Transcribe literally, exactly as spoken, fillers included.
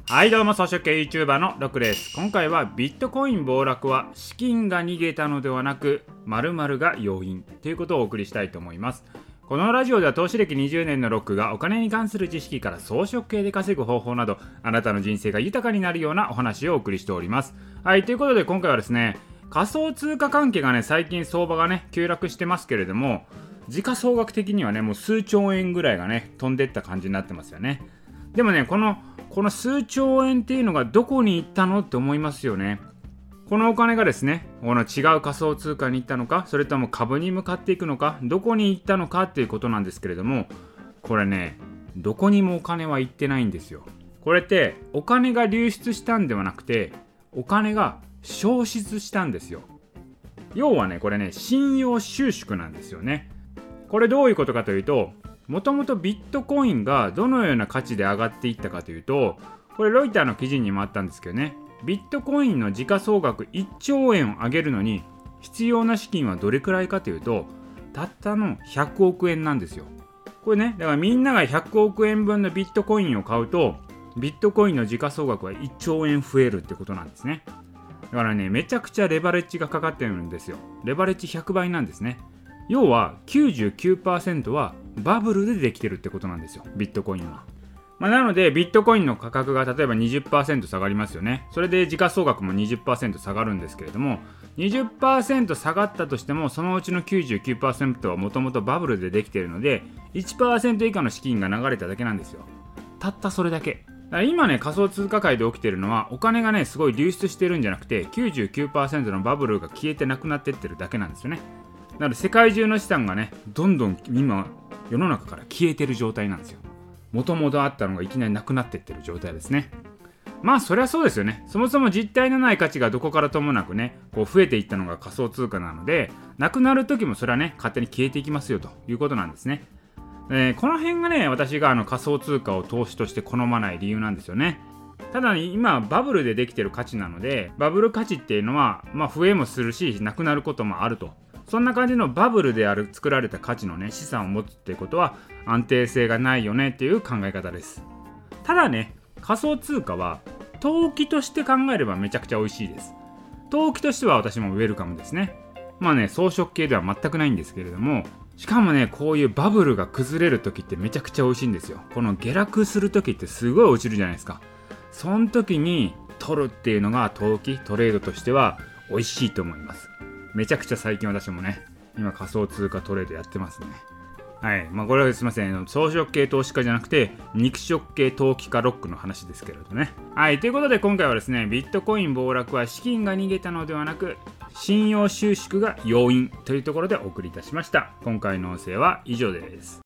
はいどうも、草食系 YouTuber のロクです。今回はビットコイン暴落は資金が逃げたのではなく〇〇が要因ということをお送りしたいと思います。このラジオでは投資歴にじゅうねんのロックがお金に関する知識から草食系で稼ぐ方法など、あなたの人生が豊かになるようなお話をお送りしております。はい、ということで今回はですね、仮想通貨関係がね、最近相場がね急落してますけれども、時価総額的にはねもう数兆円ぐらいがね飛んでった感じになってますよね。でもね、このこの数兆円っていうのがどこに行ったのって思いますよね。このお金がですね、この違う仮想通貨に行ったのか、それとも株に向かっていくのか、どこに行ったのかっていうことなんですけれども、これね、どこにもお金は行ってないんですよ。これってお金が流出したんではなくて、お金が消失したんですよ。要はね、これね、信用収縮なんですよね。これどういうことかというと、もともとビットコインがどのような価値で上がっていったかというと、これロイターの記事にもあったんですけどね、ビットコインの時価総額いっちょうえんを上げるのに必要な資金はどれくらいかというと、たったのひゃくおくえんなんですよ。これね、だからみんながひゃくおくえんぶんのビットコインを買うと、ビットコインの時価総額はいっちょうえん増えるってことなんですね。だからね、めちゃくちゃレバレッジがかかってるんですよ。レバレッジひゃくばいなんですね。要は きゅうじゅうきゅうパーセント はバブルでできてるってことなんですよ、ビットコインは。まあ、なのでビットコインの価格が例えば にじゅっパーセント 下がりますよね。それで時価総額も にじゅっパーセント 下がるんですけれども、 にじゅっパーセント 下がったとしても、そのうちの きゅうじゅうきゅうパーセント はもともとバブルでできているので いちパーセント 以下の資金が流れただけなんですよ。たったそれだけ。だから今ね、仮想通貨界で起きているのは、お金がねすごい流出してるんじゃなくて きゅうじゅうきゅうパーセント のバブルが消えてなくなってってるだけなんですよね。なので世界中の資産がねどんどん今世の中から消えてる状態なんですよ。もともとあったのがいきなりなくなってってる状態ですね。まあそりゃそうですよね。そもそも実体のない価値がどこからともなくねこう増えていったのが仮想通貨なので、なくなる時もそれはね勝手に消えていきますよということなんですね。えー、この辺がね、私があの仮想通貨を投資として好まない理由なんですよね。ただ今バブルでできてる価値なので、バブル価値っていうのはまあ増えもするしなくなることもあると。そんな感じのバブルである作られた価値のね資産を持つっていうことは安定性がないよねっていう考え方です。ただね、仮想通貨は投機として考えればめちゃくちゃ美味しいです。投機としては私もウェルカムですね。まあね、装飾系では全くないんですけれども、しかもね、こういうバブルが崩れる時ってめちゃくちゃ美味しいんですよ。この下落する時ってすごい落ちるじゃないですか。その時に取るっていうのが投機トレードとしては美味しいと思います。めちゃくちゃ最近私もね今仮想通貨トレードやってますね。はい、まあこれはすいません、装飾系投資家じゃなくて肉食系投機家ロックの話ですけれどね。はい、ということで今回はですね、ビットコイン暴落は資金が逃げたのではなく信用収縮が要因というところでお送りいたしました。今回の音声は以上です。